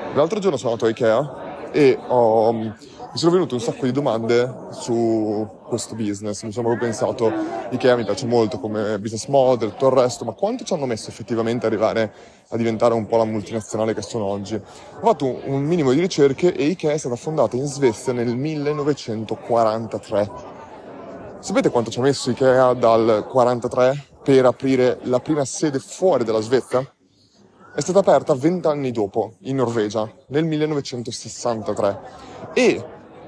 L'altro giorno sono andato a Ikea e mi sono venute un sacco di domande su questo business. Mi sono proprio pensato, Ikea mi piace molto come business model, tutto il resto, ma quanto ci hanno messo effettivamente ad arrivare a diventare un po' la multinazionale che sono oggi? Ho fatto un minimo di ricerche e Ikea è stata fondata in Svezia nel 1943. Sapete quanto ci ha messo Ikea dal 43 per aprire la prima sede fuori dalla Svezia? È stata aperta 20 anni dopo, in Norvegia, nel 1963. E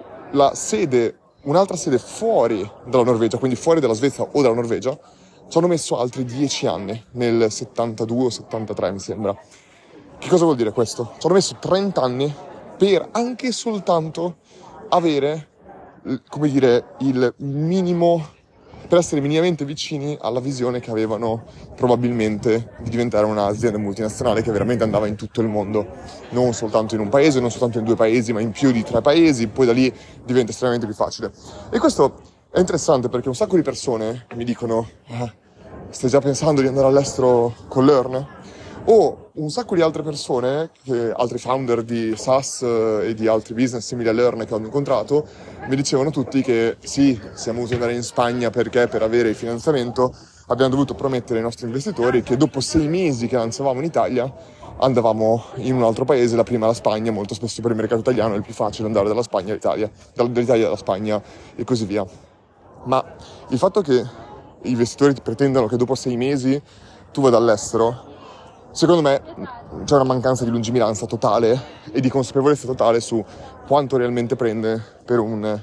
un'altra sede fuori dalla Norvegia, quindi fuori dalla Svezia o dalla Norvegia, ci hanno messo altri 10 anni, nel 72 o 73 mi sembra. Che cosa vuol dire questo? Ci hanno messo 30 anni per anche soltanto avere, come dire, il minimo, per essere minimamente vicini alla visione che avevano probabilmente di diventare un'azienda multinazionale che veramente andava in tutto il mondo, non soltanto in un paese, non soltanto in 2 paesi, ma in più di 3 paesi, poi da lì diventa estremamente più facile. E questo è interessante perché un sacco di persone mi dicono stai già pensando di andare all'estero con Learn? O un sacco di altre persone, altri founder di SaaS e di altri business simili a Learn che ho incontrato, mi dicevano tutti che sì, siamo voluti andare in Spagna perché per avere il finanziamento abbiamo dovuto promettere ai nostri investitori che dopo 6 mesi che lanciavamo in Italia andavamo in un altro paese, la prima la Spagna. Molto spesso per il mercato italiano è più facile andare dalla Spagna all'Italia, dall'Italia alla Spagna e così via. Ma il fatto che gli investitori ti pretendano che dopo 6 mesi tu vada all'estero, secondo me c'è una mancanza di lungimiranza totale e di consapevolezza totale su quanto realmente prende per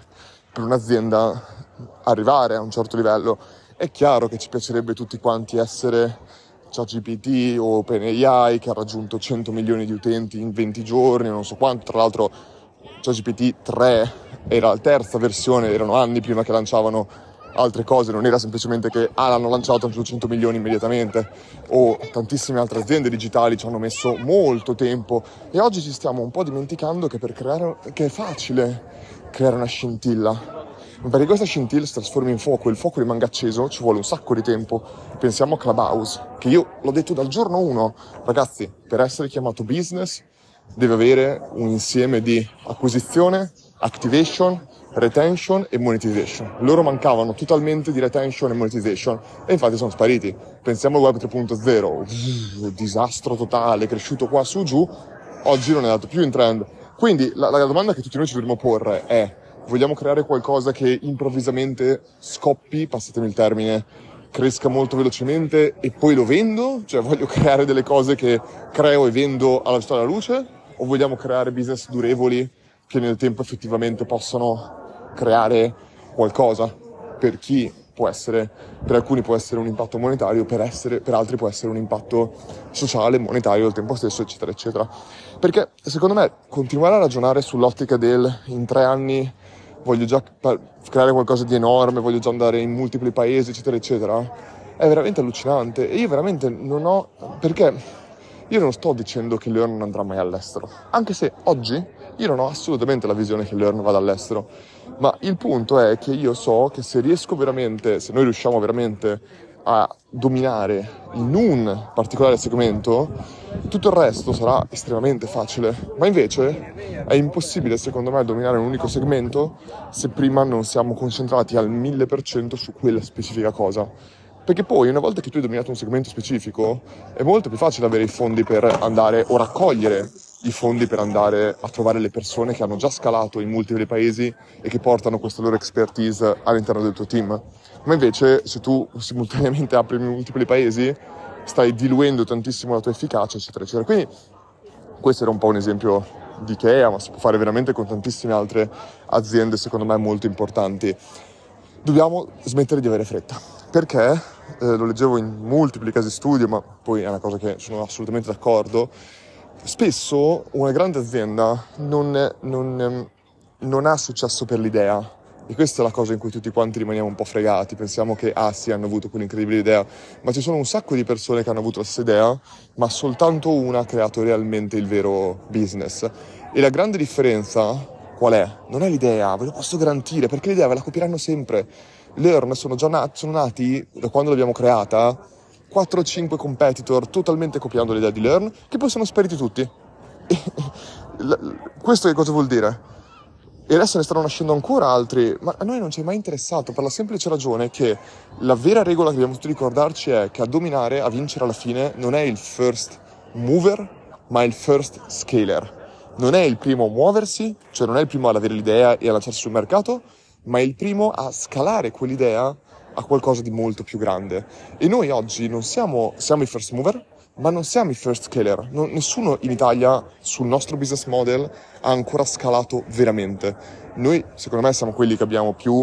un'azienda arrivare a un certo livello. È chiaro che ci piacerebbe tutti quanti essere ChatGPT o OpenAI che ha raggiunto 100 milioni di utenti in 20 giorni, non so quanto. Tra l'altro ChatGPT 3 era la terza versione, erano anni prima che lanciavano altre cose, non era semplicemente che l'hanno lanciato, hanno 100 milioni immediatamente, o tantissime altre aziende digitali ci hanno messo molto tempo e oggi ci stiamo un po' dimenticando che che è facile creare una scintilla, ma perché questa scintilla si trasformi in fuoco e il fuoco rimanga acceso ci vuole un sacco di tempo. Pensiamo a Clubhouse, che io l'ho detto dal giorno 1, ragazzi, per essere chiamato business deve avere un insieme di acquisizione, activation, retention e monetization. Loro mancavano totalmente di retention e monetization e infatti sono spariti. Pensiamo al web 3.0, disastro totale, cresciuto qua su giù, oggi non è andato più in trend. Quindi la domanda che tutti noi ci dovremmo porre è: vogliamo creare qualcosa che improvvisamente scoppi, passatemi il termine, cresca molto velocemente e poi lo vendo? Cioè voglio creare delle cose che creo e vendo alla vista della luce? O vogliamo creare business durevoli che nel tempo effettivamente possono creare qualcosa? Per chi può essere, per alcuni può essere un impatto monetario, per altri può essere un impatto sociale, monetario al tempo stesso, eccetera, eccetera. Perché secondo me continuare a ragionare sull'ottica del in 3 anni voglio già creare qualcosa di enorme, voglio già andare in multipli paesi, eccetera, eccetera, è veramente allucinante. E io veramente perché io non sto dicendo che Learn non andrà mai all'estero, anche se oggi io non ho assolutamente la visione che Learn vada all'estero, ma il punto è che io so che se noi riusciamo veramente a dominare in un particolare segmento, tutto il resto sarà estremamente facile. Ma invece è impossibile, secondo me, dominare un unico segmento se prima non siamo concentrati al 1000% su quella specifica cosa. Perché poi, una volta che tu hai dominato un segmento specifico, è molto più facile avere i fondi per andare, o raccogliere i fondi per andare a trovare le persone che hanno già scalato in multipli paesi e che portano questa loro expertise all'interno del tuo team. Ma invece, se tu simultaneamente apri multipli paesi, stai diluendo tantissimo la tua efficacia, eccetera, eccetera. Quindi, questo era un po' un esempio di Ikea, ma si può fare veramente con tantissime altre aziende, secondo me, molto importanti. Dobbiamo smettere di avere fretta, perché lo leggevo in multipli casi studio, ma poi è una cosa che sono assolutamente d'accordo. Spesso una grande azienda non ha successo per l'idea, e questa è la cosa in cui tutti quanti rimaniamo un po' fregati. Pensiamo che sì, hanno avuto quell'incredibile idea, ma ci sono un sacco di persone che hanno avuto la stessa idea, ma soltanto una ha creato realmente il vero business. E la grande differenza qual è? Non è l'idea, ve lo posso garantire, perché l'idea ve la copieranno sempre. Learn sono nati, da quando l'abbiamo creata, 4 o 5 competitor totalmente copiando l'idea di Learn, che poi sono spariti tutti. Questo che cosa vuol dire? E adesso ne stanno nascendo ancora altri, ma a noi non ci è mai interessato per la semplice ragione che la vera regola che dobbiamo tutti ricordarci è che a dominare, a vincere alla fine, non è il first mover, ma il first scaler. Non è il primo a muoversi, cioè non è il primo ad avere l'idea e a lanciarsi sul mercato, ma è il primo a scalare quell'idea a qualcosa di molto più grande. E noi oggi non siamo i first mover, ma non siamo i first scaler. Nessuno in Italia sul nostro business model ha ancora scalato veramente. Noi, secondo me, siamo quelli che abbiamo più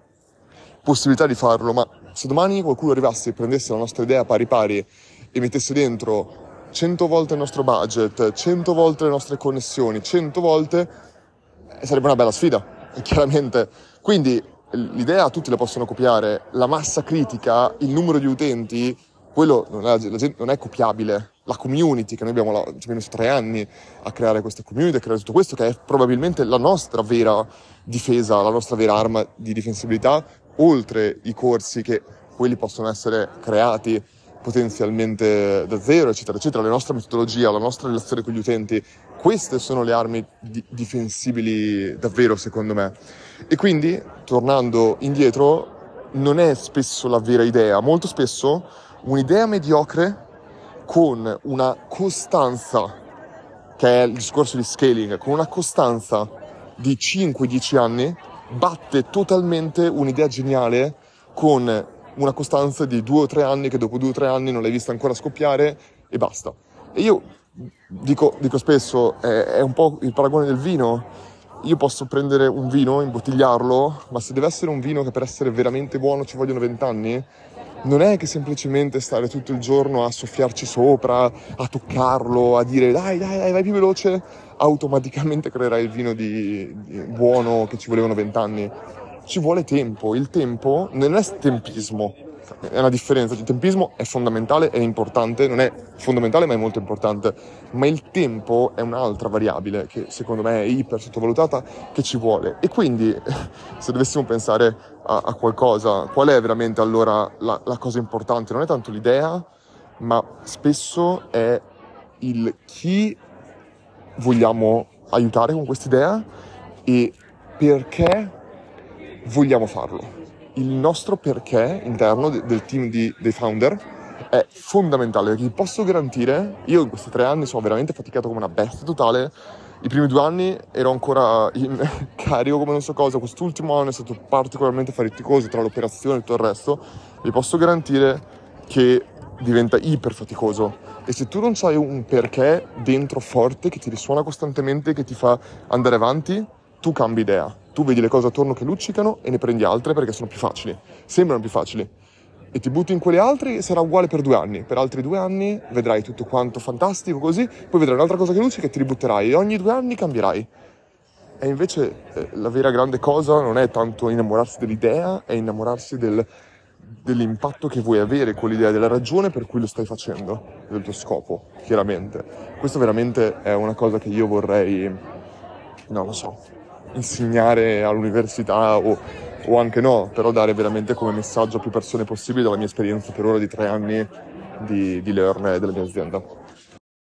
possibilità di farlo, ma se domani qualcuno arrivasse e prendesse la nostra idea pari pari e mettesse dentro 100 volte il nostro budget, 100 volte le nostre connessioni, 100 volte, sarebbe una bella sfida, chiaramente. Quindi l'idea tutti la possono copiare, la massa critica, il numero di utenti, quello non è copiabile. La community, che noi abbiamo ci abbiamo messo 3 anni a creare questa community, a creare tutto questo, che è probabilmente la nostra vera difesa, la nostra vera arma di difensibilità, oltre i corsi che quelli possono essere creati potenzialmente da zero, eccetera, eccetera, la nostra metodologia, la nostra relazione con gli utenti, queste sono le armi difensibili davvero, secondo me. E quindi, tornando indietro, non è spesso la vera idea, molto spesso un'idea mediocre con una costanza, che è il discorso di scaling, con una costanza di 5-10 anni, batte totalmente un'idea geniale con una costanza di 2 o 3 anni, che dopo 2 o 3 anni non l'hai vista ancora scoppiare e basta. E io dico spesso, è un po' il paragone del vino. Io posso prendere un vino, imbottigliarlo, ma se deve essere un vino che per essere veramente buono ci vogliono 20 anni, non è che semplicemente stare tutto il giorno a soffiarci sopra, a toccarlo, a dire dai, vai più veloce, automaticamente creerai il vino di buono che ci volevano 20 anni. Ci vuole tempo, il tempo non è tempismo, è una differenza, il tempismo è fondamentale, è importante, non è fondamentale ma è molto importante, ma il tempo è un'altra variabile che secondo me è iper sottovalutata, che ci vuole. E quindi se dovessimo pensare a qualcosa, qual è veramente allora la cosa importante? Non è tanto l'idea, ma spesso è il chi vogliamo aiutare con quest'idea e perché vogliamo farlo. Il nostro perché interno del team dei founder è fondamentale, perché vi posso garantire, io in questi 3 anni sono veramente faticato come una bestia totale. I primi 2 anni ero ancora in carico come non so cosa, quest'ultimo anno è stato particolarmente faticoso tra l'operazione e tutto il resto. Vi posso garantire che diventa iper faticoso, e se tu non hai un perché dentro forte che ti risuona costantemente, che ti fa andare avanti, tu cambi idea, tu vedi le cose attorno che luccicano e ne prendi altre perché sono più facili, sembrano più facili, e ti butti in quelle altre e sarà uguale per 2 anni. Per altri 2 anni vedrai tutto quanto fantastico così, poi vedrai un'altra cosa che luccica e ti ributterai, e ogni 2 anni cambierai. E invece la vera grande cosa non è tanto innamorarsi dell'idea, è innamorarsi dell'impatto che vuoi avere con l'idea, della ragione per cui lo stai facendo, del tuo scopo, chiaramente. Questo veramente è una cosa che io vorrei, non lo so, insegnare all'università o anche no, però dare veramente come messaggio a più persone possibile dalla mia esperienza per ora di 3 anni di Learn della mia azienda.